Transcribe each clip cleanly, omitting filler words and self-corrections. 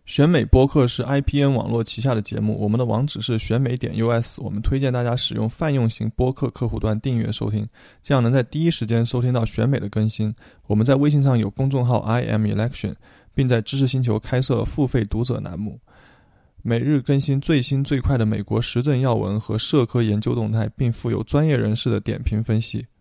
选美播客是 IPN 网络旗下的节目，我们的网址是选美.us， 我们推荐大家使用泛用型播客客户端订阅收听，这样能在第一时间收听到选美的更新。我们在微信上有公众号 IamElection， 并在知识星球开设了付费读者栏目，每日更新最新最快的美国时政要闻和社科研究动态，并附有专业人士的点评分析。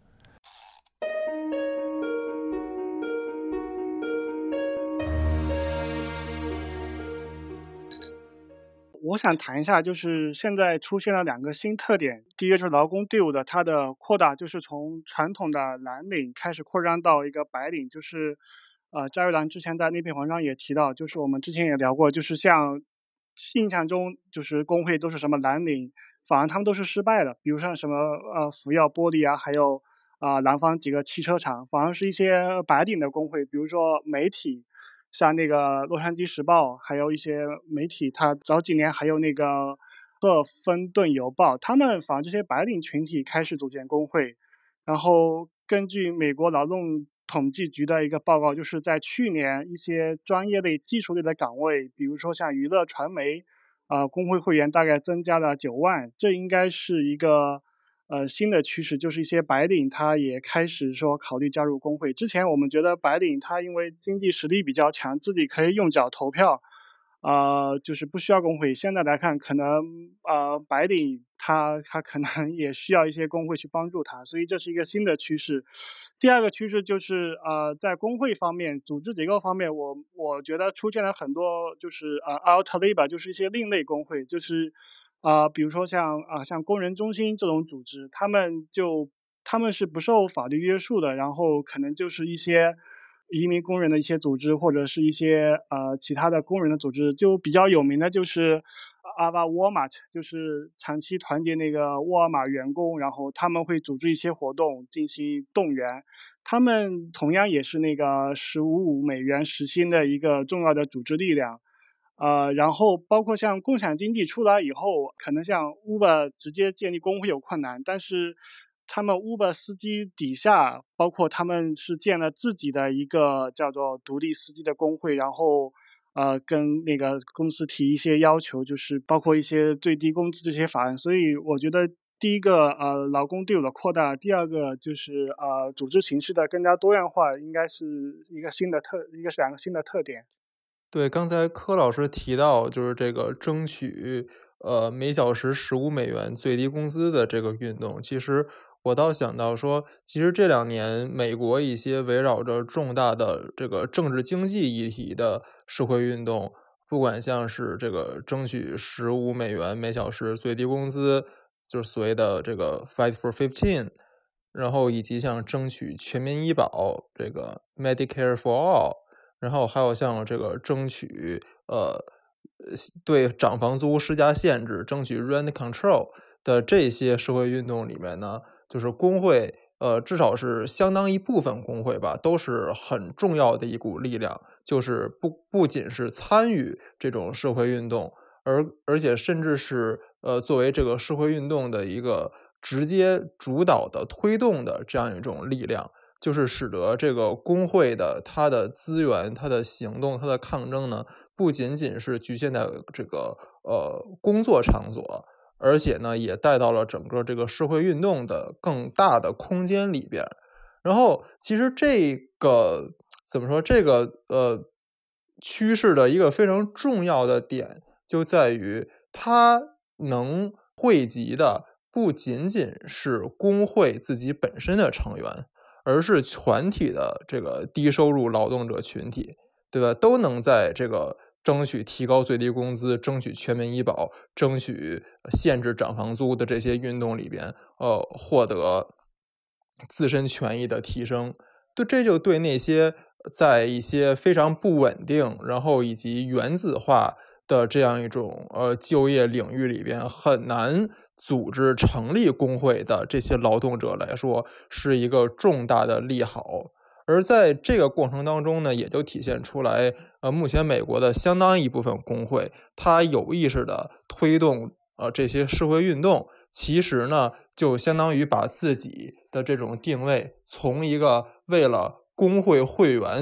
我想谈一下，就是现在出现了两个新特点。第一个就是劳工队伍的它的扩大，就是从传统的蓝领开始扩张到一个白领。就是赵玉兰之前在那篇文章也提到，就是我们之前也聊过，就是像印象中就是工会都是什么蓝领，反而他们都是失败的。比如像什么福耀玻璃啊，还有南方几个汽车厂，反而是一些白领的工会，比如说媒体。像那个洛杉矶时报，还有一些媒体，它早几年还有那个赫芬顿邮报，他们反而这些白领群体开始组建工会。然后根据美国劳动统计局的一个报告，就是在去年一些专业类技术类的岗位，比如说像娱乐传媒工会会员大概增加了9万，这应该是一个新的趋势，就是一些白领他也开始说考虑加入工会。之前我们觉得白领他因为经济实力比较强，自己可以用脚投票，就是不需要工会。现在来看，可能白领他可能也需要一些工会去帮助他，所以这是一个新的趋势。第二个趋势就是在工会方面，组织结构方面，我觉得出现了很多就是out labor， 就是一些另类工会，就是比如说像工人中心这种组织，他们是不受法律约束的，然后可能就是一些移民工人的一些组织，或者是一些其他的工人的组织。就比较有名的就是Ava Walmart， 就是长期团结那个沃尔玛员工，然后他们会组织一些活动进行动员。他们同样也是那个$15时薪的一个重要的组织力量。然后包括像共享经济出来以后，可能像 Uber 直接建立工会有困难，但是他们 Uber 司机底下，包括他们是建了自己的一个叫做独立司机的工会，然后跟那个公司提一些要求，就是包括一些最低工资这些法案。所以我觉得第一个劳工队伍的扩大，第二个就是组织形式的更加多样化，应该是两个新的特点。 对，刚才柯老师提到就是这个争取每小时$15最低工资的这个运动，其实我倒想到说，其实这2年美国一些围绕着重大的这个政治经济议题的社会运动，不管像是这个争取$15每小时最低工资，就是所谓的这个 Fight for 15，然后以及像争取全民医保这个 Medicare for All。然后还有像这个争取对涨房租施加限制，争取 rent control 的这些社会运动里面呢，就是工会至少是相当一部分工会吧，都是很重要的一股力量，就是不仅是参与这种社会运动，而且甚至是作为这个社会运动的一个直接主导的推动的这样一种力量。就是使得这个工会的它的资源、它的行动、它的抗争呢，不仅仅是局限在这个工作场所，而且呢，也带到了整个这个社会运动的更大的空间里边。然后，其实这个怎么说？这个趋势的一个非常重要的点，就在于它能汇集的不仅仅是工会自己本身的成员。而是全体的这个低收入劳动者群体，对吧？都能在这个争取提高最低工资、争取全民医保、争取限制涨房租的这些运动里边，获得自身权益的提升。这就对那些在一些非常不稳定，然后以及原子化的这样一种就业领域里边很难组织成立工会的这些劳动者来说，是一个重大的利好。而在这个过程当中呢，也就体现出来，目前美国的相当一部分工会，它有意识的推动这些社会运动，其实呢，就相当于把自己的这种定位从一个为了工会会员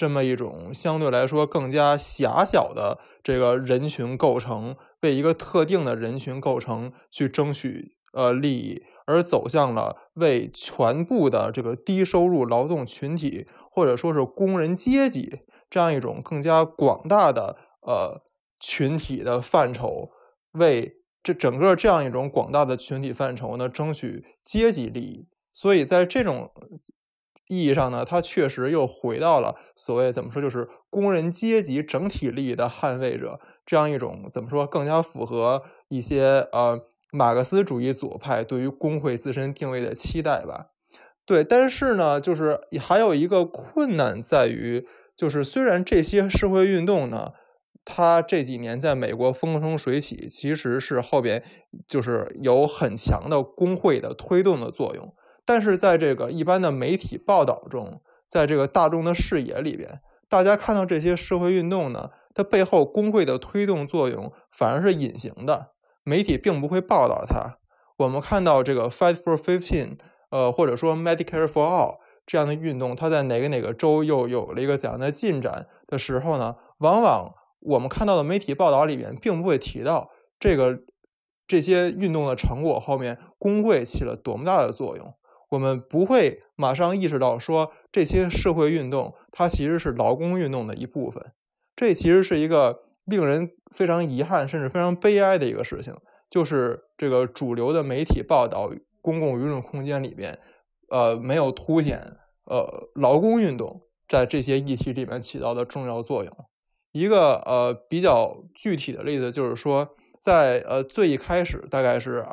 这么一种相对来说更加狭小的这个人群构成，为一个特定的人群构成去争取利益，而走向了为全部的这个低收入劳动群体或者说是工人阶级这样一种更加广大的群体的范畴，为这整个这样一种广大的群体范畴呢争取阶级利益。所以在这种意义上呢，它确实又回到了所谓怎么说，就是工人阶级整体利益的捍卫者这样一种怎么说更加符合一些马克思主义左派对于工会自身定位的期待吧。对，但是呢，就是还有一个困难在于，就是虽然这些社会运动呢，它这几年在美国风生水起，其实是后边就是有很强的工会的推动的作用，但是在这个一般的媒体报道中，在这个大众的视野里边，大家看到这些社会运动呢，它背后工会的推动作用反而是隐形的，媒体并不会报道它。我们看到这个 Fight for 15或者说 Medicare for All 这样的运动，它在哪个州又有了一个怎样的进展的时候呢，往往我们看到的媒体报道里面并不会提到这些运动的成果后面工会起了多么大的作用。我们不会马上意识到说这些社会运动它其实是劳工运动的一部分，这其实是一个令人非常遗憾甚至非常悲哀的一个事情，就是这个主流的媒体报道公共舆论空间里边没有凸显劳工运动在这些议题里面起到的重要作用。一个比较具体的例子就是说，在最一开始大概是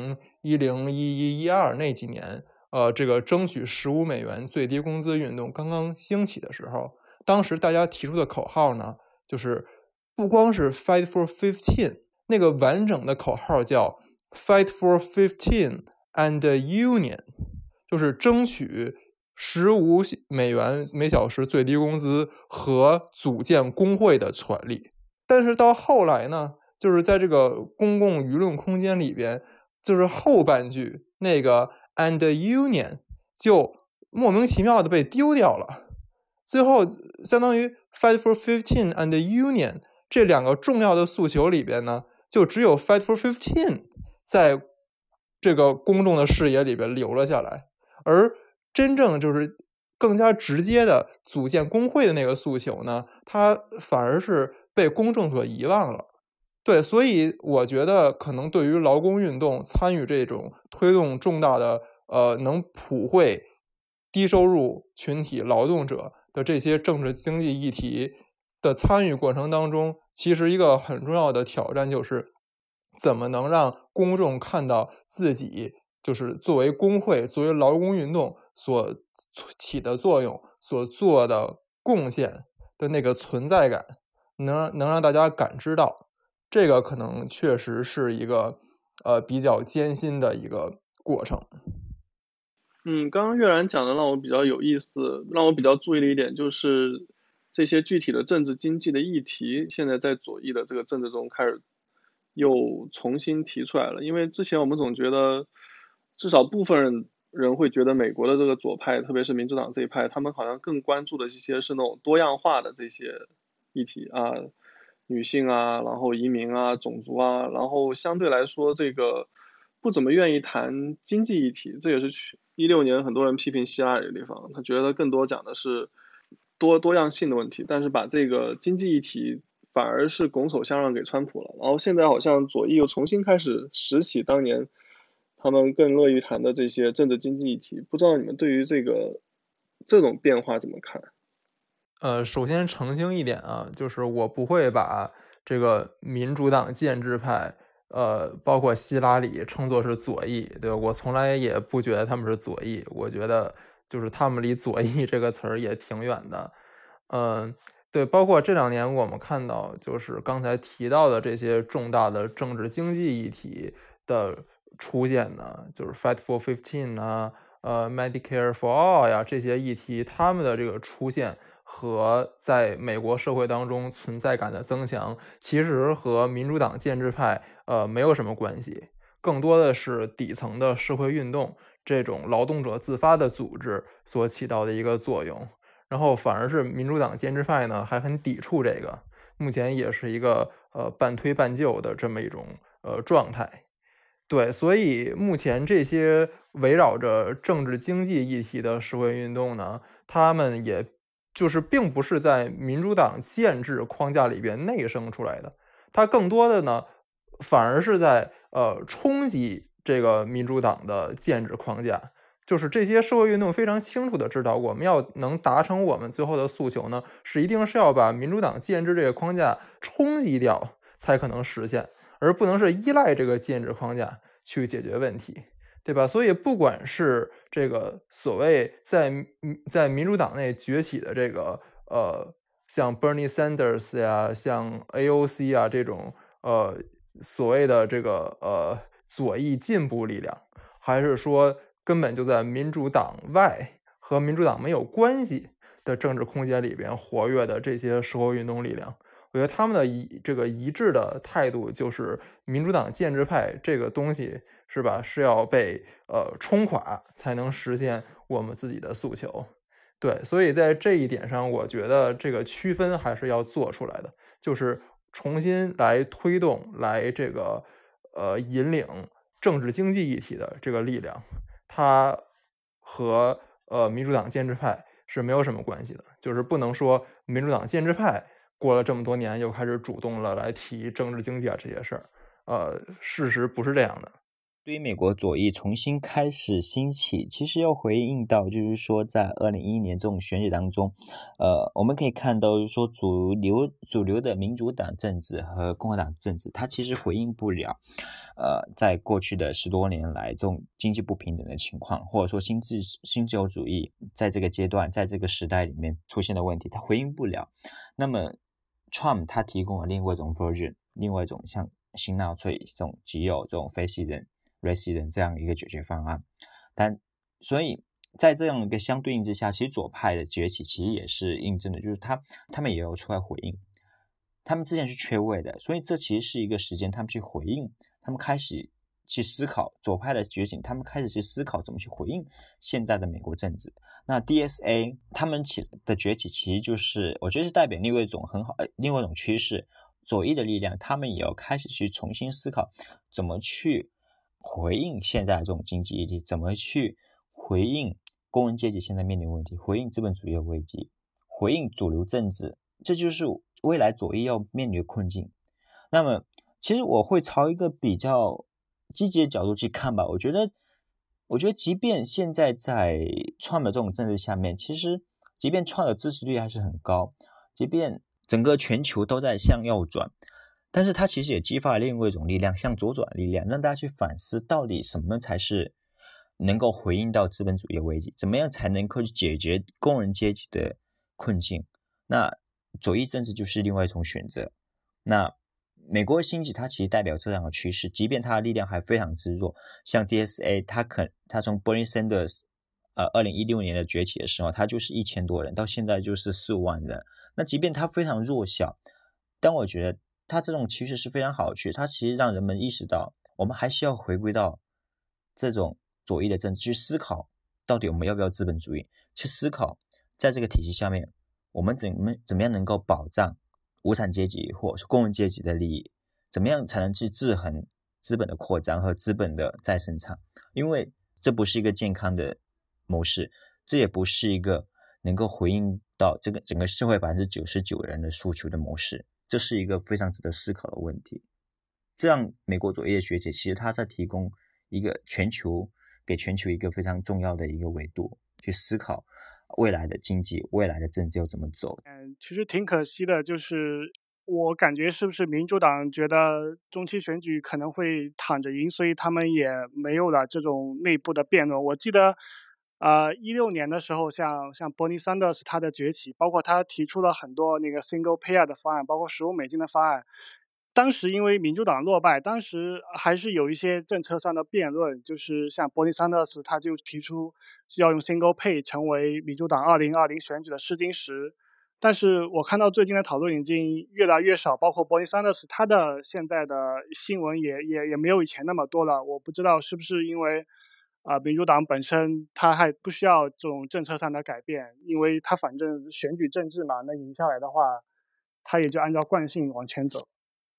2010、11、12那几年，这个争取15美元最低工资运动刚刚兴起的时候，当时大家提出的口号呢，就是不光是 Fight for 15，那个完整的口号叫 Fight for 15 and Union， 就是争取15美元每小时最低工资和组建工会的权利。但是到后来呢，就是在这个公共舆论空间里边，就是后半句那个 and union 就莫名其妙的被丢掉了。最后相当于 Fight for 15 and union 这两个重要的诉求里边呢，就只有 Fight for 15在这个公众的视野里边留了下来，而真正就是更加直接的组建工会的那个诉求呢，它反而是被公众所遗忘了。对，所以我觉得可能对于劳工运动参与这种推动重大的能普惠低收入群体劳动者的这些政治经济议题的参与过程当中，其实一个很重要的挑战就是怎么能让公众看到自己就是作为工会作为劳工运动所起的作用所做的贡献的那个存在感，能让大家感知到。这个可能确实是一个比较艰辛的一个过程。 刚刚悦然讲的让我比较有意思，让我比较注意的一点就是这些具体的政治经济的议题，现在在左翼的这个政治中开始又重新提出来了。因为之前我们总觉得，至少部分人会觉得美国的这个左派，特别是民主党这一派，他们好像更关注的这些是那种多样化的这些议题啊，女性啊，然后移民啊，种族啊，然后相对来说这个不怎么愿意谈经济议题，这也是2016年很多人批评希拉里的地方，他觉得更多讲的是多样性的问题，但是把这个经济议题反而是拱手相让给川普了。然后现在好像左翼又重新开始拾起当年他们更乐于谈的这些政治经济议题，不知道你们对于这种变化怎么看？ 首先澄清一点啊，就是我不会把这个民主党建制派，包括希拉里称作是左翼，对吧？我从来也不觉得他们是左翼，我觉得就是他们离左翼这个词儿也挺远的。对，包括这2年我们看到，就是刚才提到的这些重大的政治经济议题的出现呢，就是 Fight for 15啊，Medicare for All 呀，这些议题，他们的这个出现和在美国社会当中存在感的增强，其实和民主党建制派没有什么关系，更多的是底层的社会运动这种劳动者自发的组织所起到的一个作用。 然后反而是民主党建制派呢还很抵触这个，目前也是一个半推半就的这么一种状态。对，所以目前这些围绕着政治经济议题的社会运动呢，他们也就是并不是在民主党建制框架里边内生出来的，它更多的呢反而是在冲击这个民主党的建制框架。就是这些社会运动非常清楚的知道，我们要能达成我们最后的诉求呢，一定是要把民主党建制这个框架冲击掉，才可能实现，而不能是依赖这个建制框架去解决问题，对吧？所以不管是这个所谓在民主党内崛起的这个像 Bernie Sanders 呀，像 AOC 啊这种所谓的这个左翼进步力量，还是说根本就在民主党外和民主党没有关系的政治空间里边活跃的这些社会运动力量，我觉得他们的这个一致的态度就是民主党建制派这个东西是吧，是要被冲垮才能实现我们自己的诉求。对，所以在这一点上，我觉得这个区分还是要做出来的，就是重新来推动，来这个引领政治经济议题的这个力量，它和民主党建制派是没有什么关系的，就是不能说民主党建制派过了这么多年又开始主动了来提政治经济啊这些事儿，事实不是这样的。 对于美国左翼重新开始兴起，其实要回应到，就是说在2011年这种选举当中，我们可以看到，就是说主流的民主党政治和共和党政治，它其实回应不了，在过去的10多年来这种经济不平等的情况，或者说新自由主义在这个阶段，在这个时代里面出现的问题，它回应不了。那么 Trump 他提供了另外一种 version， 另外一种像新纳粹这种极右这种非系人这样一个解决方案，所以在这样一个相对应之下，其实左派的崛起其实也是印证的，就是他们也有出来回应，他们之前是缺位的，所以这其实是一个时间他们去回应，他们开始去思考左派的觉醒，他们开始去思考怎么去回应现在的美国政治。那 DSA 他们的崛起其实就是我觉得是代表另外一种另外一种趋势，左翼的力量他们也要开始去重新思考怎么去回应现在的这种经济议题，怎么去回应工人阶级现在面临的问题，回应资本主义的危机，回应主流政治，这就是未来左翼要面临的困境。那么其实我会朝一个比较积极的角度去看吧，我觉得即便现在在Trump的这种政治下面，其实即便Trump的支持率还是很高，即便整个全球都在向右转，但是它其实也激发了另外一种力量，向左转的力量，让大家去反思到底什么才是能够回应到资本主义的危机，怎么样才能够去解决工人阶级的困境。那左翼政治就是另外一种选择。那美国的兴起它其实代表这样的趋势，即便它的力量还非常之弱，像 DSA 它从 Bernie Sanders 2016年的崛起的时候，它就是1000多人，到现在就是4-5万人。那即便它非常弱小，但我觉得它这种趋势是非常好的趋势，它其实让人们意识到我们还是要回归到这种左翼的政治，去思考到底我们要不要资本主义，去思考在这个体系下面我们怎么样能够保障无产阶级或者是工人阶级的利益，怎么样才能去制衡资本的扩张和资本的再生产，因为这不是一个健康的模式，这也不是一个能够回应到这个整个社会99%人的诉求的模式，这是一个非常值得思考的问题。这样美国左翼的学姐其实它在提供一个给全球一个非常重要的一个维度去思考未来的经济未来的政治要怎么走。 其实挺可惜的，就是我感觉是不是民主党觉得中期选举可能会躺着赢，所以他们也没有了这种内部的辩论。我记得16年的时候，像 Bernie Sanders 他的崛起，包括他提出了很多那个 single payer 的方案，包括$15的方案。当时因为民主党落败，当时还是有一些政策上的辩论，就是像 Bernie Sanders 他就提出要用 single pay 成为民主党2020选举的试金石。但是我看到最近的讨论已经越来越少，包括 Bernie Sanders 他的现在的新闻也没有以前那么多了。我不知道是不是因为民主党本身它还不需要这种政策上的改变，因为它反正选举政治嘛，那赢下来的话，它也就按照惯性往前走。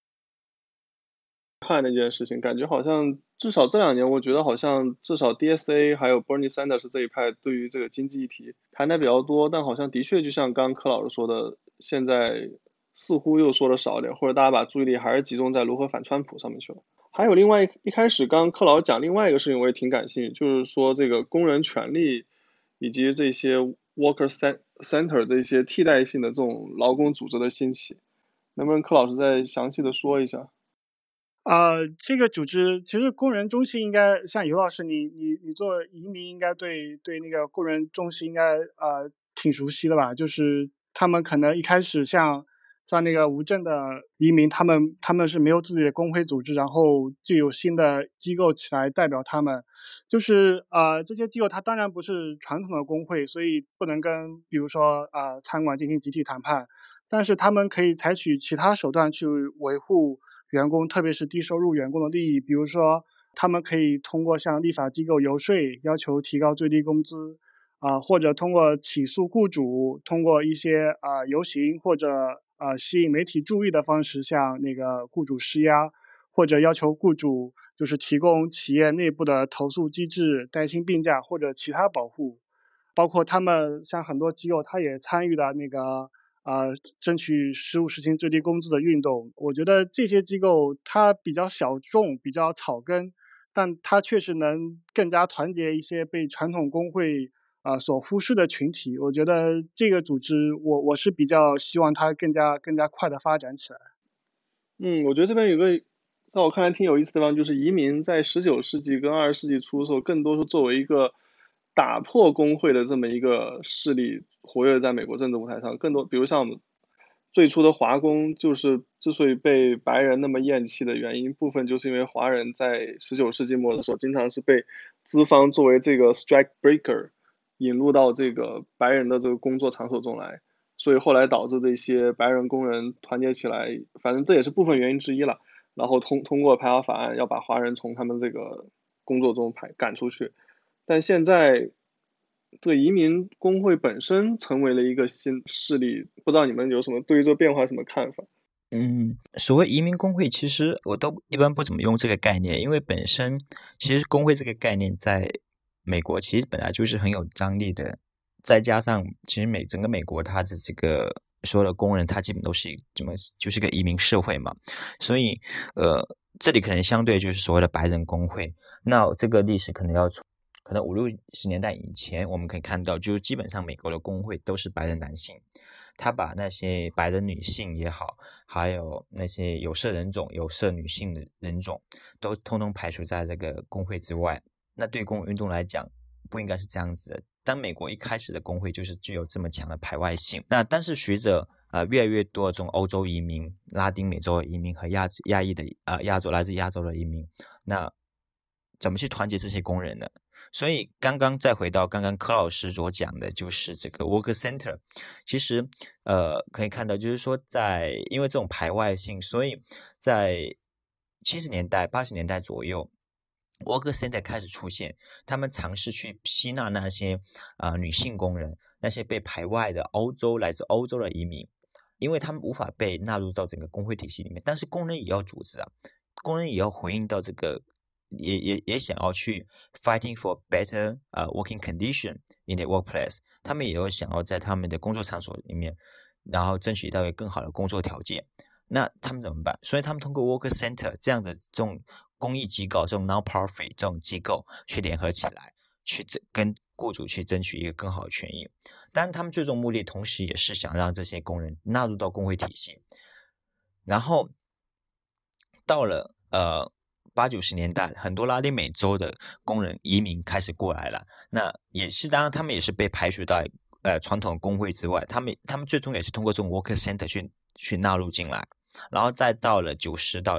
看那件事情，感觉好像至少这2年，我觉得好像至少 DSA 还有 Bernie Sanders 这一派对于这个经济议题谈的比较多，但好像的确就像刚刚柯老师说的，现在似乎又说的少一点，或者大家把注意力还是集中在如何反川普上面去了。还有另外一开始刚刚柯老师讲另外一个事情，我也挺感兴趣，就是说这个工人权利以及这些 Worker Center 这些替代性的这种劳工组织的兴起，能不能柯老师再详细的说一下？ 这个组织其实工人中心应该像尤老师，你做移民应该对那个工人中心应该挺熟悉的吧？就是他们可能一开始像那个无证的移民，他们是没有自己的工会组织，然后就有新的机构起来代表他们。就是这些机构它当然不是传统的工会，所以不能跟比如说餐馆进行集体谈判，但是他们可以采取其他手段去维护员工，特别是低收入员工的利益，比如说他们可以通过向立法机构游说，要求提高最低工资，或者通过起诉雇主，通过一些游行或者吸引媒体注意的方式向那个雇主施压，或者要求雇主就是提供企业内部的投诉机制、带薪病假或者其他保护。包括他们像很多机构，他也参与了那个争取15实行最低工资的运动。我觉得这些机构它比较小众，比较草根，但它确实能更加团结一些被传统工会所忽视的群体。我觉得这个组织，我是比较希望它更加快的发展起来。 我觉得这边有个在我看来挺有意思的地方，就是移民在19世纪跟20世纪初的时候，更多是作为一个打破工会的这么一个势力活跃在美国政治舞台上。更多，比如像我们最初的华工，就是之所以被白人那么厌弃的原因，部分就是因为华人在19世纪末的时候，经常是被资方作为这个 strike breaker 引入到这个白人的这个工作场所中来。所以后来导致这些白人工人团结起来，反正这也是部分原因之一了。然后通过排华法案，要把华人从他们这个工作中赶出去。但现在这个移民工会本身成为了一个新势力，不知道你们有什么对于这个变化有什么看法？ 所谓移民工会，其实我都一般不怎么用这个概念，因为本身其实工会这个概念在美国其实本来就是很有张力的。再加上其实整个美国它的这个所有的工人他基本都是就是个移民社会嘛，所以这里可能相对就是所谓的白人工会。那这个历史可能可能50、60年代以前，我们可以看到就是基本上美国的工会都是白人男性，他把那些白人女性也好，还有那些有色人种、有色女性的人种都通通排除在这个工会之外。那对工人运动来讲不应该是这样子的。当美国一开始的工会就是具有这么强的排外性，那但是随着越来越多的这种欧洲移民、拉丁美洲的移民和来自亚洲的移民，那怎么去团结这些工人呢？所以再回到刚刚柯老师所讲的，就是这个 Worker Center， 其实可以看到就是说因为这种排外性，所以在70年代、80年代左右，Worker Center 开始出现，他们尝试去吸纳那些女性工人，那些被排外的来自欧洲的移民，因为他们无法被纳入到整个工会体系里面，但是工人也要组织啊，工人也要回应到这个，也想要去 fighting for better working condition in the workplace， 他们也有想要在他们的工作场所里面，然后争取到更好的工作条件。那他们怎么办？所以他们通过 Worker Center 这样的这种公益机构、这种 non-profit 这种机构去联合起来，去跟雇主去争取一个更好的权益。当然他们最终目的同时也是想让这些工人纳入到工会体系。然后到了80、90年代，很多拉丁美洲的工人移民开始过来了，那也是当然他们也是被排除到传统工会之外，他们最终也是通过这种 Worker Center 去纳入进来。然后再到了90到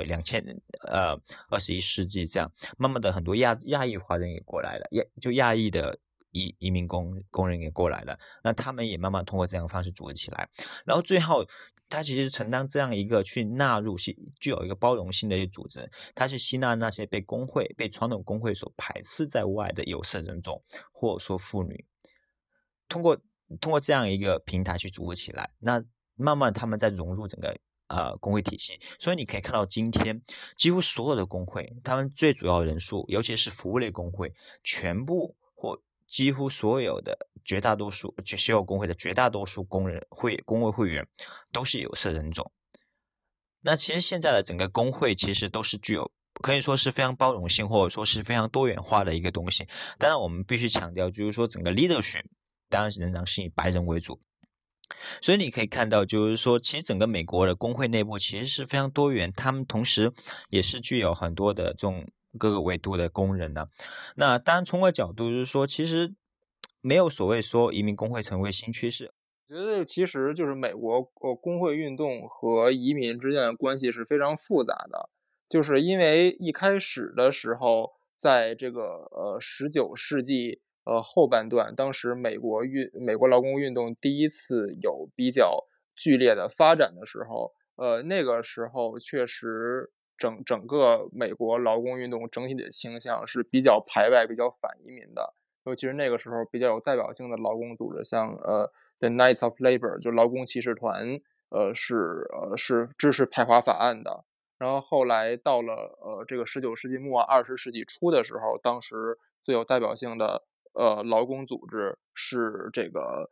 21世纪这样，慢慢的很多亚裔华人也过来了，就亚裔的移民工人也过来了，那他们也慢慢通过这样的方式组织起来。然后最后它其实承担这样一个去纳入具有一个包容性的一个组织，它是吸纳那些被传统工会所排斥在外的有色人种或者说妇女，通过这样一个平台去组织起来，那慢慢他们在融入整个工会体系。所以你可以看到今天几乎所有的工会，他们最主要的人数，尤其是服务类工会，全部或几乎所有的绝大多数所有工会的绝大多数工会会员都是有色人种。那其实现在的整个工会其实都是具有可以说是非常包容性，或者说是非常多元化的一个东西。当然我们必须强调，就是说整个 leadership 当然仍然是以白人为主。所以你可以看到，就是说其实整个美国的工会内部其实是非常多元，他们同时也是具有很多的这种各个维度的工人呢。那当然从我的角度就是说，其实没有所谓说移民工会成为新趋势。 我觉得其实就是美国工会运动和移民之间的关系是非常复杂的，就是因为一开始的时候，在这个19世纪后半段，当时美国劳工运动第一次有比较剧烈的发展的时候，那个时候确实整个美国劳工运动整体的倾向是比较排外、比较反移民的，尤其是那个时候比较有代表性的劳工组织，像The Knights of Labor 就劳工骑士团，是支持排华法案的。然后后来到了这个19世纪末20世纪初的时候，当时最有代表性的劳工组织是这个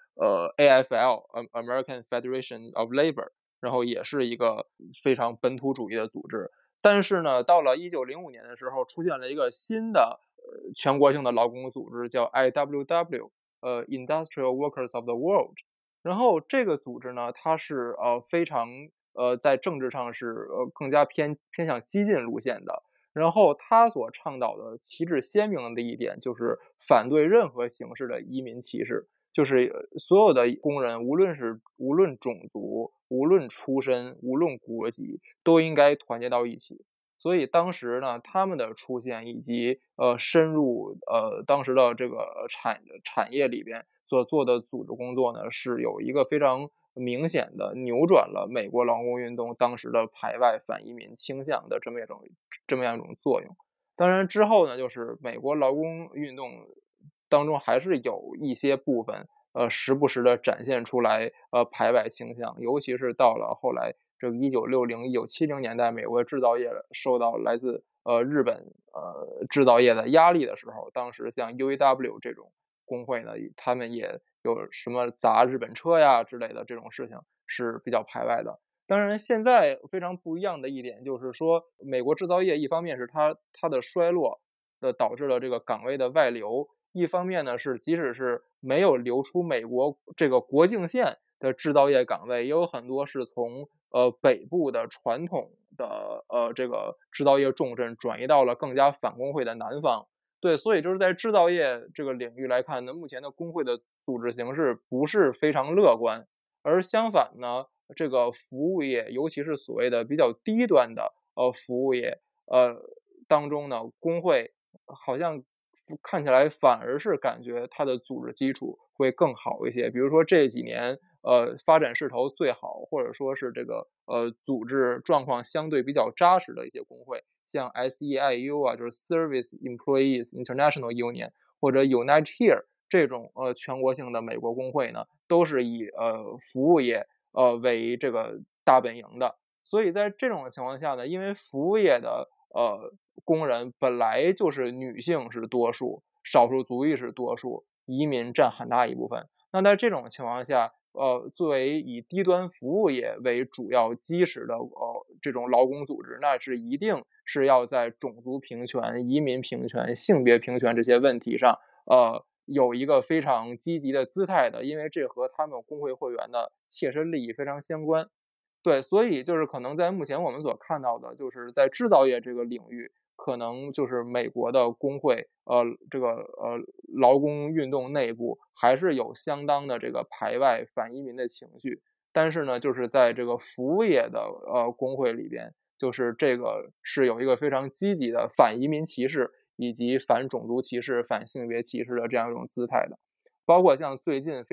AFL American Federation of Labor， 然后也是一个非常本土主义的组织。但是呢，到了1905年的时候，出现了一个新的全国性的劳工组织，叫 IWW， Industrial Workers of the World。然后这个组织呢，它是非常在政治上是更加偏向激进路线的。然后他所倡导的旗帜鲜明的一点就是反对任何形式的移民歧视，就是所有的工人，无论种族、无论出身、无论国籍，都应该团结到一起。所以当时呢，他们的出现以及深入当时的这个产业里边所做的组织工作呢，是有一个非常明显的扭转了美国劳工运动当时的排外反移民倾向的这么样一种作用。当然之后呢，就是美国劳工运动当中还是有一些部分时不时的展现出来排外倾向，尤其是到了后来这个1960、1970年代，美国制造业受到来自日本制造业的压力的时候，当时像 UAW 这种工会呢，他们也有什么砸日本车呀之类的这种事情是比较排外的。当然，现在非常不一样的一点就是说，美国制造业一方面是它的衰落导致了这个岗位的外流，一方面呢是即使是没有流出美国这个国境线的制造业岗位，也有很多是从北部的传统的这个制造业重镇转移到了更加反工会的南方。对，所以就是在制造业这个领域来看呢，目前的工会的组织形式不是非常乐观，而相反呢，这个服务业，尤其是所谓的比较低端的服务业，当中呢，工会好像看起来反而是感觉它的组织基础会更好一些。比如说这几年发展势头最好，或者说是这个组织状况相对比较扎实的一些工会，像 SEIU 啊，就是 Service Employees International Union 或者 Unite Here 这种全国性的美国工会呢，都是以服务业为这个大本营的。所以在这种情况下呢，因为服务业的工人本来就是女性是多数，少数族裔是多数，移民占很大一部分。那在这种情况下，作为以低端服务业为主要基石的这种劳工组织，那是一定是要在种族平权、移民平权、性别平权这些问题上，有一个非常积极的姿态的，因为这和他们工会会员的切身利益非常相关。对，所以就是可能在目前我们所看到的，就是在制造业这个领域，可能就是美国的工会，这个劳工运动内部还是有相当的这个排外反移民的情绪，但是呢，就是在这个服务业的工会里边，就是这个是有一个非常积极的反移民歧视以及反种族歧视、反性别歧视的这样一种姿态的。 包括像最近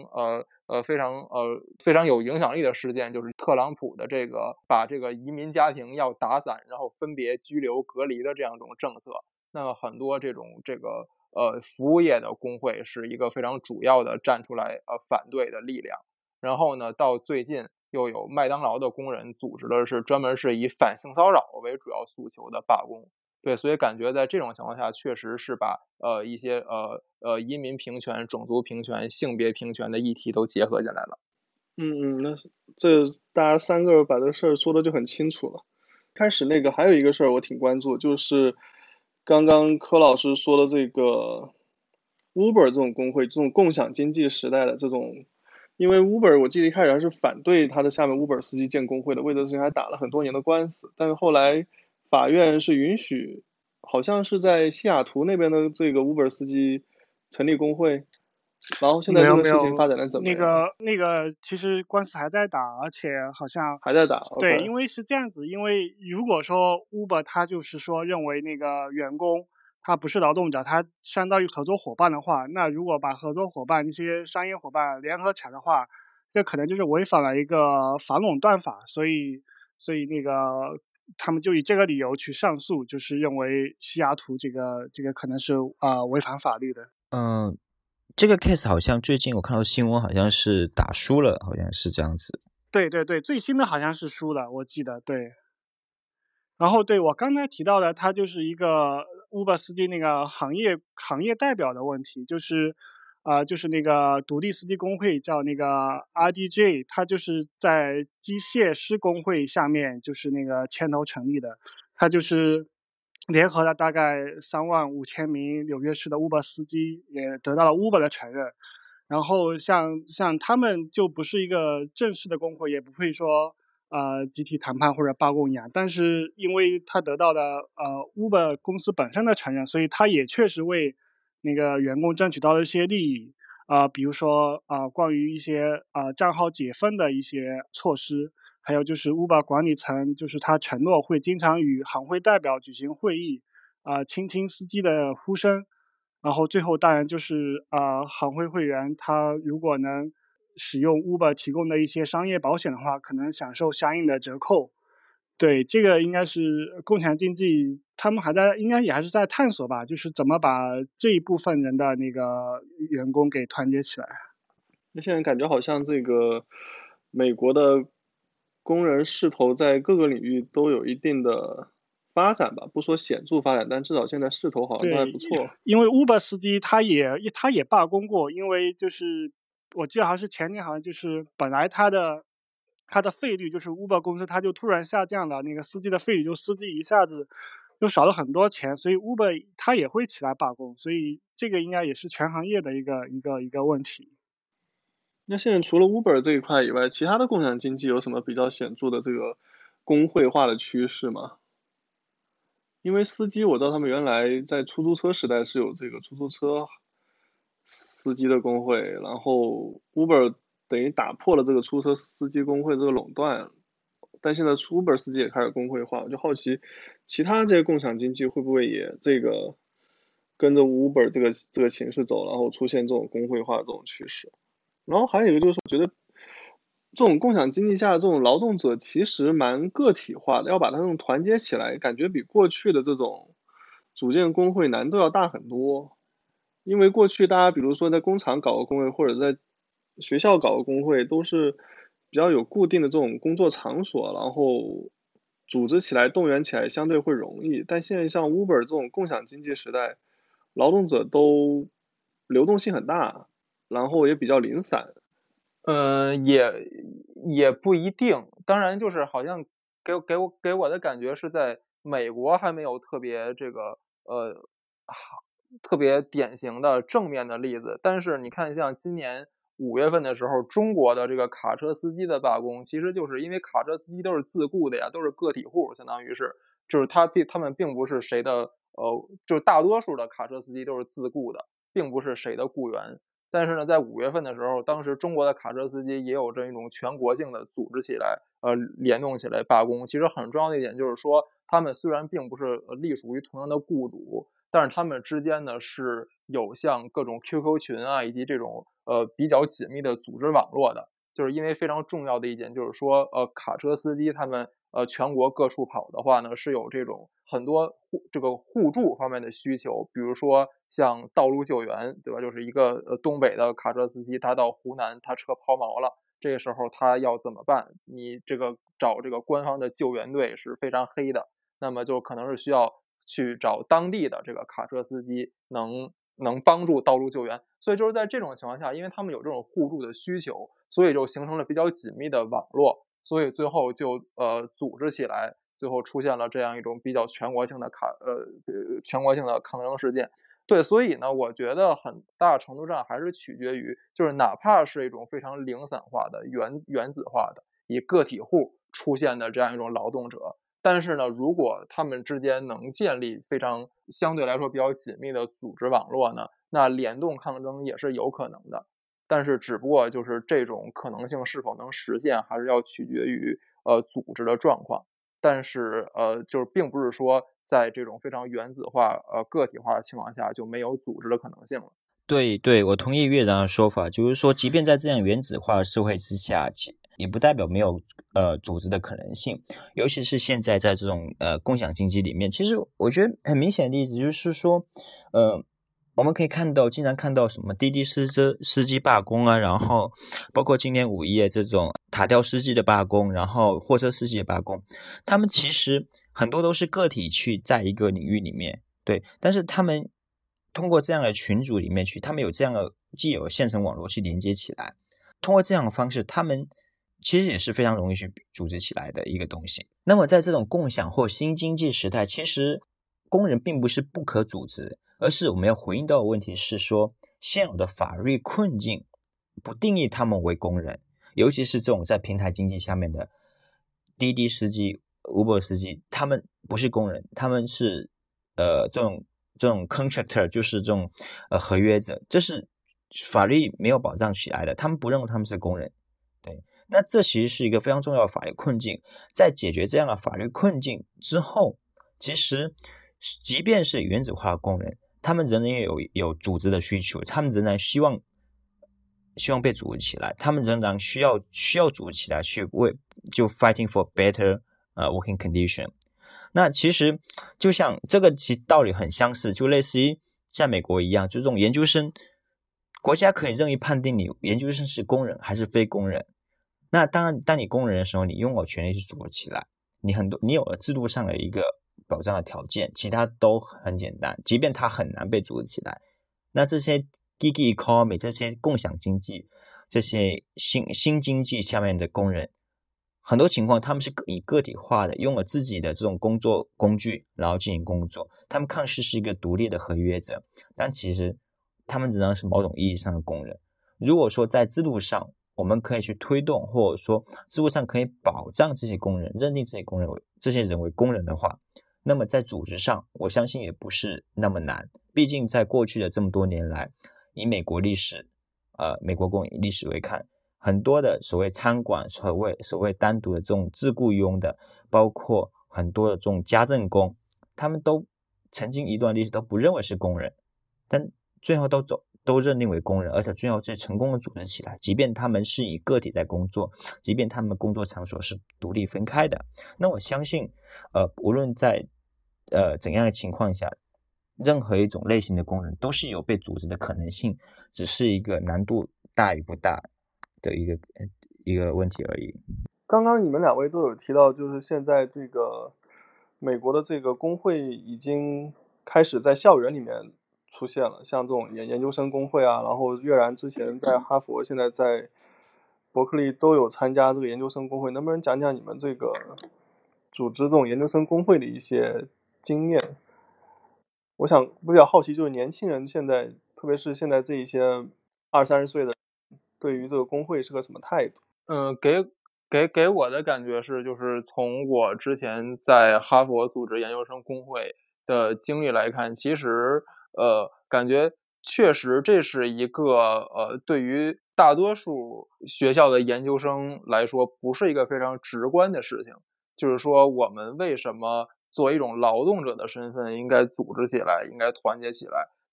非常有影响力的事件，就是特朗普的这个把这个移民家庭要打散，然后分别拘留隔离的这样一种政策。那么很多服务业的工会是一个非常主要的站出来反对的力量。然后呢，到最近又有麦当劳的工人组织的是专门是以反性骚扰为主要诉求的罢工。对，所以感觉在这种情况下，确实是把一些移民平权、种族平权、性别平权的议题都结合进来了。 那这大家三个把这事儿说的就很清楚了。开始那个还有一个事儿我挺关注，就是刚刚柯老师说的这个 Uber 这种工会，这种共享经济时代的这种，因为 Uber 我记得一开始还是反对他的下面 Uber 司机建工会的，为这个事情还打了很多年的官司，但是后来法院是允许，好像是在西雅图那边的这个 Uber 司机成立工会，然后现在这个没有没有， 事情发展的怎么样？ 那个其实官司还在打，而且好像还在打对， ，OK。 因为是这样子，因为如果说 Uber 他就是说认为那个员工他不是劳动者，他相当于合作伙伴的话，那如果把合作伙伴一些商业伙伴联合起来的话，这可能就是违反了一个反垄断法，所以那个他们就以这个理由去上诉，就是认为西雅图这个可能是违反法律的。 嗯，这个 case 好像最近我看到新闻，好像是打输了，好像是这样子。 对对对，最新的好像是输了，我记得对。然后对我刚才提到的，它就是一个 Uber 司机那个行业代表的问题，就是那个独立司机工会叫那个 RDJ，它就是在机械师工会下面就是那个牵头成立的，它就是联合了大概35000名纽约市的 Uber 司机，也得到了 Uber 的承认。然后像他们就不是一个正式的工会，也不会说集体谈判或者罢工一样，但是因为他得到了Uber 公司本身的承认，所以他也确实为那个员工争取到了一些利益，比如说关于一些账号解封的一些措施，还有就是 Uber 管理层就是他承诺会经常与行会代表举行会议，倾听司机的呼声。然后最后当然就是行会会员他如果能使用 Uber 提供的一些商业保险的话，可能享受相应的折扣。对，这个应该是共享经济，他们应该也还是在探索吧，就是怎么把这一部分人的那个员工给团结起来。 那现在感觉好像这个美国的工人势头在各个领域都有一定的发展吧，不说显著发展，但至少现在势头好像都还对， 不错。 因为 Uber 司机他也罢工过，因为就是我记得好像是前年，好像就是本来他的费率就是 Uber 公司他就突然下降了，那个司机的费率就司机一下子就少了很多钱，所以 Uber 他也会起来罢工，所以这个应该也是全行业的一个问题。 那现在除了 Uber 这一块以外，其他的共享经济有什么比较显著的这个工会化的趋势吗？因为司机我知道他们原来在出租车时代是有这个出租车司机的工会，然后 Uber 等于打破了这个出租车司机工会这个垄断，但现在 Uber 司机也开始工会化，我就好奇其他这些共享经济会不会也这个跟着 Uber 这个形势走，然后出现这种工会化的这种趋势。然后还有一个就是，我觉得这种共享经济下的这种劳动者其实蛮个体化的，要把他们团结起来，感觉比过去的这种组建工会难度要大很多。因为过去大家比如说在工厂搞个工会，或者在学校搞个工会，都是比较有固定的这种工作场所，然后组织起来、动员起来相对会容易。但现在像 Uber 这种共享经济时代，劳动者都流动性很大，然后也比较零散。 也不一定，当然就是好像给我的感觉是在美国还没有特别典型的正面的例子，但是你看像今年5月份的时候，中国的这个卡车司机的罢工，其实就是因为卡车司机都是自雇的呀，都是个体户，相当于是就是他们并不是谁的就是大多数的卡车司机都是自雇的，并不是谁的雇员。但是呢，在5月份的时候，当时中国的卡车司机也有这种全国性的组织起来，联动起来罢工。其实很重要的一点就是说，他们虽然并不是隶属于同样的雇主，但是他们之间呢是有像各种 QQ 群啊，以及这种比较紧密的组织网络的。就是因为非常重要的一点就是说，卡车司机他们全国各处跑的话呢，是有这种很多这个互助方面的需求，比如说像道路救援，对吧？就是一个东北的卡车司机，他到湖南，他车抛锚了，这个时候他要怎么办？你这个找这个官方的救援队是非常黑的，那么就可能是需要去找当地的这个卡车司机能帮助道路救援。所以就是在这种情况下，因为他们有这种互助的需求，所以就形成了比较紧密的网络，所以最后就组织起来，最后出现了这样一种比较全国性的抗争事件。对，所以呢，我觉得很大程度上还是取决于，就是哪怕是一种非常零散化的、原子化的、以个体户出现的这样一种劳动者，但是呢，如果他们之间能建立非常相对来说比较紧密的组织网络呢，那联动抗争也是有可能的。但是只不过就是这种可能性是否能实现，还是要取决于组织的状况。但是就是并不是说在这种非常原子化、个体化的情况下就没有组织的可能性了。 对对，我同意院长的说法，就是说，即便在这样原子化的社会之下，也不代表没有组织的可能性。尤其是现在在这种共享经济里面，其实我觉得很明显的例子就是说，我们可以经常看到什么滴滴司机罢工啊，然后包括今年5月这种塔吊司机的罢工，然后货车司机的罢工，他们其实很多都是个体去在一个领域里面，对，但是他们通过这样的群组里面去，他们有这样的既有现成网络去连接起来，通过这样的方式，他们其实也是非常容易去组织起来的一个东西。那么在这种共享或新经济时代，其实工人并不是不可组织，而是我们要回应到的问题是说，现有的法律困境不定义他们为工人，尤其是这种在平台经济下面的滴滴司机、Uber 司机，他们不是工人，他们是这种 contractor， 就是这种合约者，这是法律没有保障起来的，他们不认为他们是工人。对，那这其实是一个非常重要的法律困境。在解决这样的法律困境之后，其实即便是原子化的工人，他们仍然有组织的需求，他们仍然希望被组织起来，他们仍然需要组织起来去就 fighting for better working condition。那其实就像这个其实道理很相似，就类似于在美国一样，就这种研究生，国家可以任意判定你研究生是工人还是非工人。那当然，当你工人的时候，你拥有权利去组织起来，你有了制度上的一个保障的条件，其他都很简单，即便它很难被组织起来。那这些 gig economy 这些共享经济，这些新经济下面的工人，很多情况他们是以个体化的，拥有自己的这种工作工具，然后进行工作。他们看似是一个独立的合约者，但其实他们仍然是某种意义上的工人。如果说在制度上我们可以去推动，或者说制度上可以保障这些工人，认定这些人为工人的话，那么在组织上我相信也不是那么难。毕竟在过去的这么多年来，以美国工业历史为看，很多的所谓餐馆，所谓单独的这种自雇佣的，包括很多的这种家政工，他们都曾经一段历史都不认为是工人，但最后都认定为工人，而且最后是成功的组织起来，即便他们是以个体在工作，即便他们工作场所是独立分开的。那我相信无论在怎样的情况下，任何一种类型的工人都是有被组织的可能性，只是一个难度大与不大的一个问题而已。 刚刚你们两位都有提到，就是现在这个美国的这个工会已经开始在校园里面出现了，像这种研究生工会啊，然后悦然之前在哈佛，现在在伯克利都有参加这个研究生工会，能不能讲讲你们这个组织这种研究生工会的一些经验？我比较好奇，就是年轻人现在，特别是现在这一些20-30岁的，对于这个工会是个什么态度？ 给我的感觉是，就是从我之前在哈佛组织研究生工会的经历来看，其实感觉确实这是一个对于大多数学校的研究生来说，不是一个非常直观的事情。就是说，我们为什么作为一种劳动者的身份应该组织起来，应该团结起来？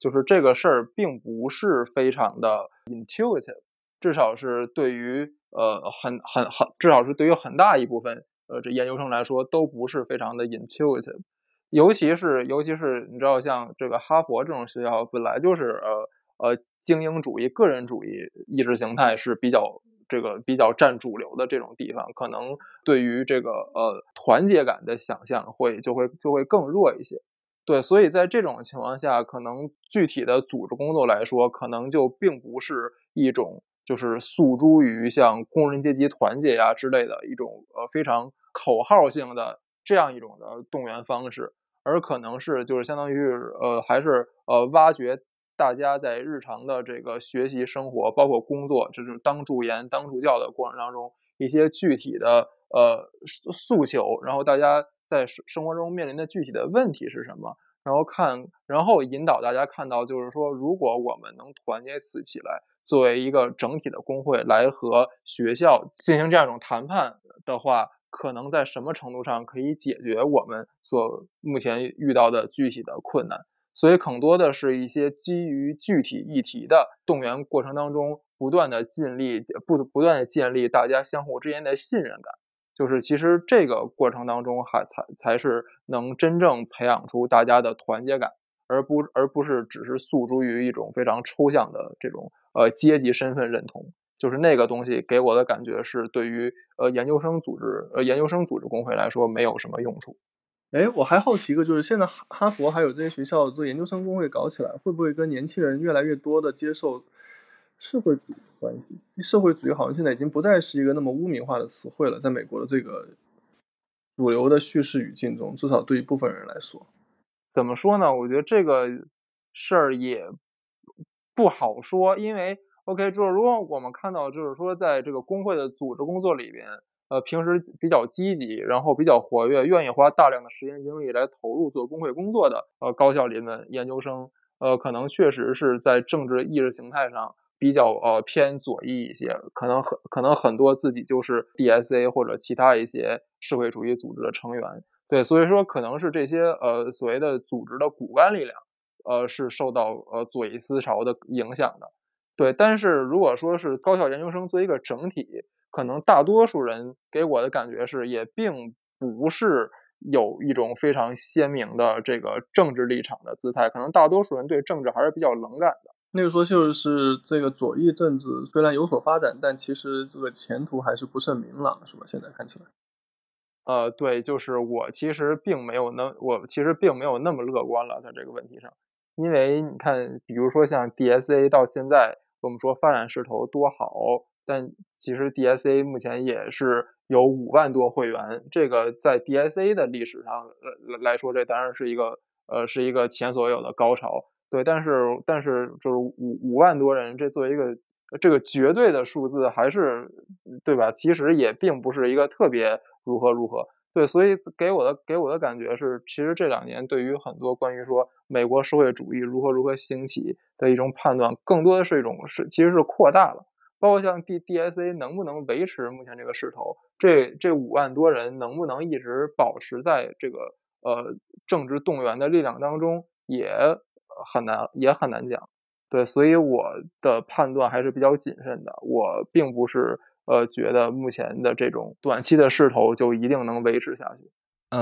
就是这个事儿并不是非常的 intuitive， 至少是对于至少是对于很大一部分这研究生来说都不是非常的 intuitive。尤其是你知道，像这个哈佛这种学校本来就是精英主义、个人主义意识形态是比较占主流的这种地方，可能对于这个团结感的想象就会更弱一些。对，所以在这种情况下，可能具体的组织工作来说，可能就并不是一种就是诉诸于像工人阶级团结呀之类的一种非常口号性的这样一种的动员方式，而可能是就是相当于还是挖掘大家在日常的这个学习生活，包括工作，就是当助研、当助教的过程当中一些具体的诉求，然后大家在生活中面临的具体的问题是什么，然后引导大家看到，就是说，如果我们能团结起来，作为一个整体的工会来和学校进行这样一种谈判的话，可能在什么程度上可以解决我们所目前遇到的具体的困难。所以更多的是一些基于具体议题的动员过程当中，不断的建立大家相互之间的信任感。就是其实这个过程当中才是能真正培养出大家的团结感，而不是只是诉诸于一种非常抽象的这种阶级身份认同。就是那个东西给我的感觉是对于研究生组织工会来说没有什么用处。 我还好奇一个，就是现在哈佛还有这些学校做研究生工会搞起来，会不会跟年轻人越来越多的接受社会主义的关系？社会主义好像现在已经不再是一个那么污名化的词汇了，在美国的这个主流的叙事语境中，至少对于部分人来说。 怎么说呢？我觉得这个事儿也不好说，因为 OK， 就是如果我们看到，就是说在这个工会的组织工作里边，平时比较积极，然后比较活跃，愿意花大量的时间精力来投入做工会工作的高校里的研究生，可能确实是在政治意识形态上比较偏左翼一些，可能很多自己就是 DSA 或者其他一些社会主义组织的成员。对，所以说可能是这些所谓的组织的骨干力量，是受到左翼思潮的影响的。对，但是如果说是高校研究生作为一个整体，可能大多数人给我的感觉是，也并不是有一种非常鲜明的这个政治立场的姿态，可能大多数人对政治还是比较冷感的。 那个说就是这个左翼政治虽然有所发展，但其实这个前途还是不甚明朗，是吧？现在看起来。 对，就是我其实并没有那么乐观了，在这个问题上。因为你看，比如说像 DSA 到现在，我们说发展势头多好，但其实 DSA 目前也是有5万多会员，这个在 DSA 的历史上来说，这当然是一个前所有的高潮。对，但是就是5万多人，这作为一个这个绝对的数字，还是对吧？其实也并不是一个特别如何。对，所以给我的感觉是，其实这2年对于很多关于说美国社会主义如何兴起的一种判断，更多的是其实是扩大了。包括像 DSA 能不能维持目前这个势头，这5万多人能不能一直保持在这个政治动员的力量当中，也很难讲。对，所以我的判断还是比较谨慎的，我并不是觉得目前的这种短期的势头就一定能维持下去。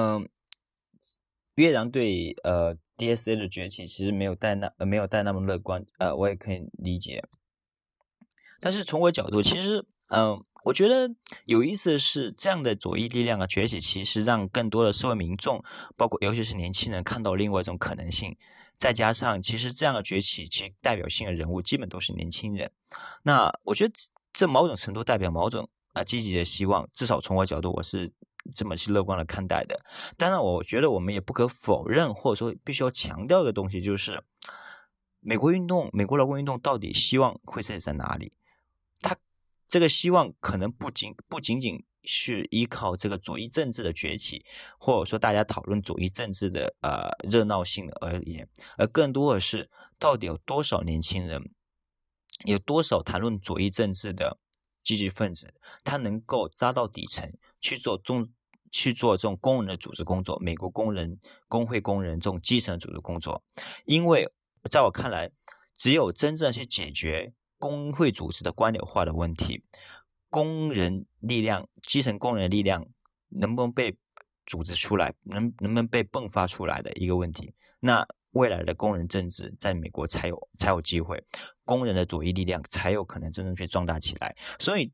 岳阳对DSA 的崛起其实没有带那么乐观，我也可以理解。但是从我角度，其实我觉得有意思的是，这样的左翼力量的崛起，其实让更多的社会民众，包括尤其是年轻人，看到另外一种可能性。再加上，其实这样的崛起，其实代表性的人物基本都是年轻人。那我觉得这某种程度代表某种积极的希望，至少从我角度，我是这么去乐观的看待的。当然，我觉得我们也不可否认，或者说必须要强调的东西，就是美国劳工运动到底希望会在哪里？它这个希望可能不仅仅是依靠这个左翼政治的崛起，或者说大家讨论左翼政治的热闹性而言，而更多的是到底有多少年轻人，有多少谈论左翼政治的积极分子，他能够扎到底层去做这种工人的组织工作，美国工会工人这种基层的组织工作。因为在我看来，只有真正去解决工会组织的官僚化的问题，工人力量、基层工人力量能不能被组织出来，能不能被迸发出来的一个问题，那未来的工人政治在美国才有机会，工人的左翼力量才有可能真正被壮大起来。所以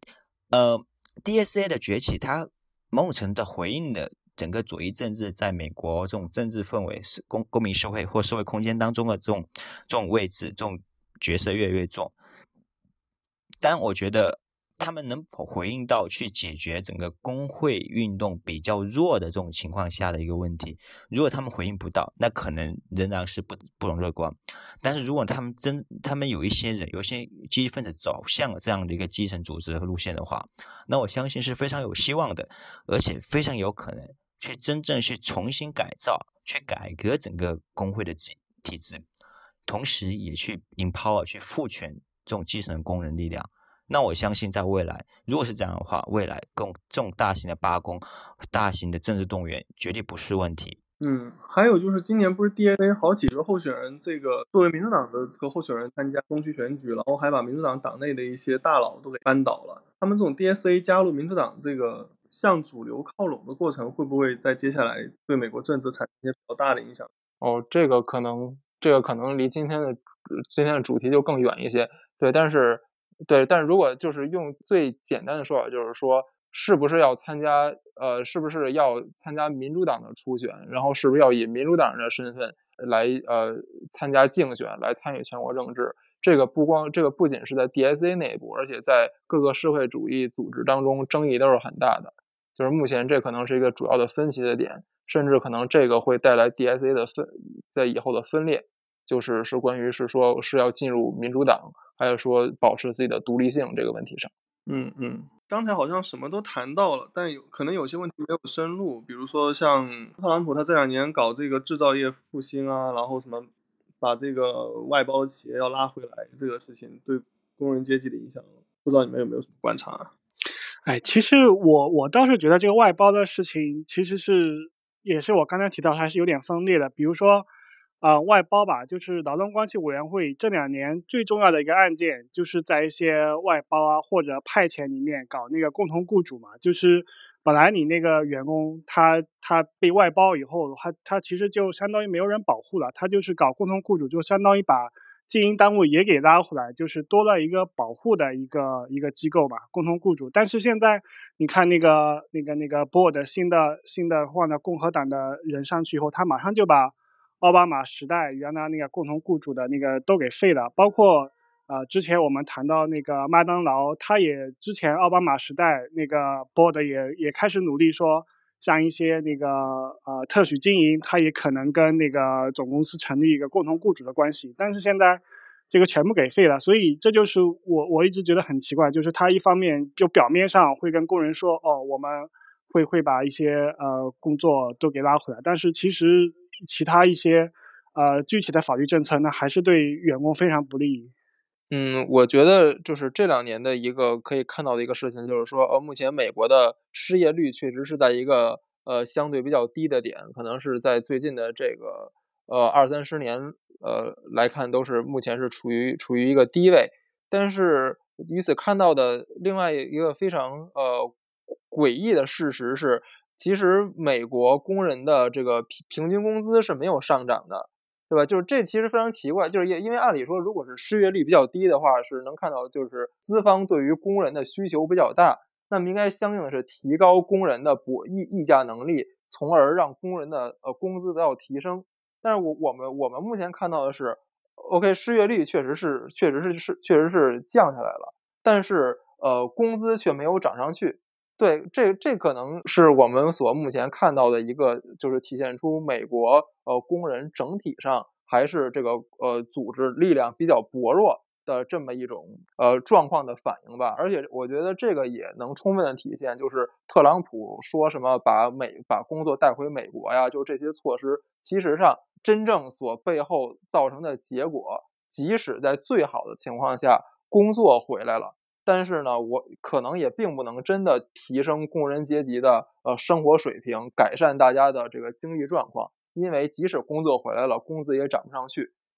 DSA 的崛起，它某种程度回应了整个左翼政治在美国这种政治氛围、公民社会或社会空间当中的这种位置、这种角色越来越重。但我觉得他们能否回应到去解决整个工会运动比较弱的这种情况下的一个问题，如果他们回应不到，那可能仍然是不容乐观。但是如果他们有一些人，有些积极分子走向了这样的一个基层组织的路线的话，那我相信是非常有希望的，而且非常有可能去真正去重新改造、去改革整个工会的体制，同时也去 empower 去赋权这种基层的工人力量。那我相信在未来，如果是这样的话，未来这种大型的罢工、大型的政治动员绝对不是问题。 还有就是今年不是 DSA 好几个候选人，这个作为民主党的这个候选人参加中期选举，然后还把民主党党内的一些大佬都给扳倒了。他们这种 DSA 加入民主党这个向主流靠拢的过程，会不会在接下来对美国政治产生一些比较大的影响？ 这个可能离今天的主题就更远一些。但是如果就是用最简单的说法，就是说是不是要参加民主党的初选，然后是不是要以民主党人的身份来参加竞选，来参与全国政治。这个不仅是在 DSA 内部，而且在各个社会主义组织当中争议都是很大的。就是目前这可能是一个主要的分歧的点，甚至可能这个会带来 DSA 的在以后的分裂，就是关于是说是要进入民主党，还是说保持自己的独立性这个问题上。 刚才好像什么都谈到了，但可能有些问题没有深入，比如说像特朗普他这2年搞这个制造业复兴啊，然后什么把这个外包的企业要拉回来，这个事情对工人阶级的影响，不知道你们有没有什么观察啊？ 其实我倒是觉得这个外包的事情其实也是我刚才提到还是有点分裂的。比如说外包吧，就是劳动关系委员会这2年最重要的一个案件，就是在一些外包啊或者派遣里面搞那个共同雇主嘛，就是本来你那个员工他被外包以后，他其实就相当于没有人保护了，他就是搞共同雇主，就相当于把经营单位也给拉回来，就是多了一个保护的一个机构吧，共同雇主。但是现在你看那个波尔的新的换了共和党的人上去以后，他马上就把奥巴马时代原来那个共同雇主的那个都给废了，包括之前我们谈到那个麦当劳，他也之前奥巴马时代那个波尔的也开始努力说，像一些那个特许经营，它也可能跟那个总公司成立一个共同雇主的关系，但是现在这个全部给废了，所以这就是我一直觉得很奇怪，就是他一方面就表面上会跟工人说，我们会把一些工作都给拉回来，但是其实其他一些具体的法律政策呢，还是对员工非常不利。 我觉得就是这2年的一个可以看到的一个事情，就是说目前美国的失业率确实是在一个相对比较低的点，可能是在最近的这个20-30年来看都是目前是处于一个低位。但是与此看到的另外一个非常诡异的事实是，其实美国工人的这个平均工资是没有上涨的。对吧？就是这其实非常奇怪，就是因为按理说，如果是失业率比较低的话，是能看到就是资方对于工人的需求比较大，那么应该相应的是提高工人的议价能力，从而让工人的工资得到提升。但是我们目前看到的是 ，OK， 失业率确实是降下来了，但是工资却没有涨上去。对，这可能是我们所目前看到的一个，就是体现出美国工人整体上还是这个组织力量比较薄弱的这么一种状况的反应吧。而且我觉得这个也能充分的体现，就是特朗普说什么把工作带回美国呀，就这些措施，其实上真正所背后造成的结果，即使在最好的情况下工作回来了，但是呢，我可能也并不能真的提升工人阶级的生活水平，改善大家的这个经济状况，因为即使工作回来了，工资也涨不上去。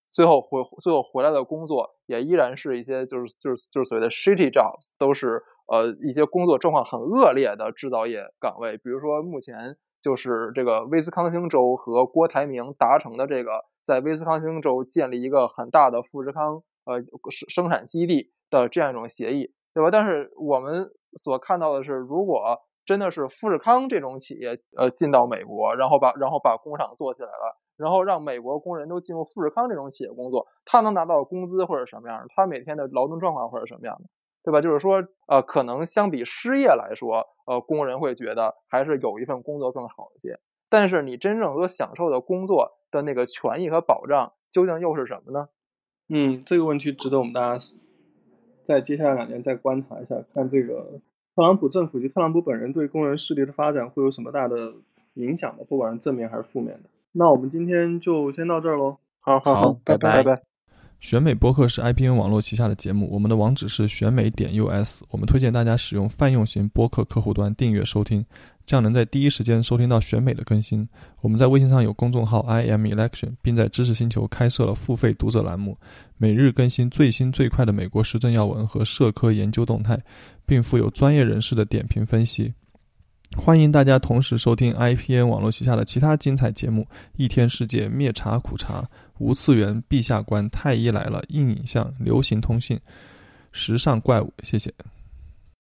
最后回来的工作也依然是一些就是所谓的 shitty jobs， 都是一些工作状况很恶劣的制造业岗位。比如说目前就是这个威斯康星州和郭台铭达成的这个在威斯康星州建立一个很大的富士康生产基地的这样一种协议，对吧？但是我们所看到的是，如果真的是富士康这种企业进到美国，然后把工厂做起来了，然后让美国工人都进入富士康这种企业工作，他能拿到工资或者什么样的，他每天的劳动状况或者什么样的，对吧？就是说可能相比失业来说，工人会觉得还是有一份工作更好一些。但是你真正所享受的工作的那个权益和保障究竟又是什么呢？ 这个问题值得我们大家在接下来2年再观察一下，看这个特朗普政府及特朗普本人对工人势力的发展会有什么大的影响吧，不管是正面还是负面的。那我们今天就先到这儿咯。 好，拜拜。 选美播客是 IPN 网络旗下的节目，我们的网址是选美点 US， 我们推荐大家使用泛用型播客客户端订阅收听，这样能在第一时间收听到选美的更新。我们在微信上有公众号 IamElection， 并在知识星球开设了付费读者栏目，每日更新最新最快的美国时政要闻和社科研究动态，并附有专业人士的点评分析。欢迎大家同时收听 IPN 网络旗下的其他精彩节目：一天世界、灭茶苦茶、无次元、陛下观、太医来了、硬影像、流行通信、时尚怪物。谢谢。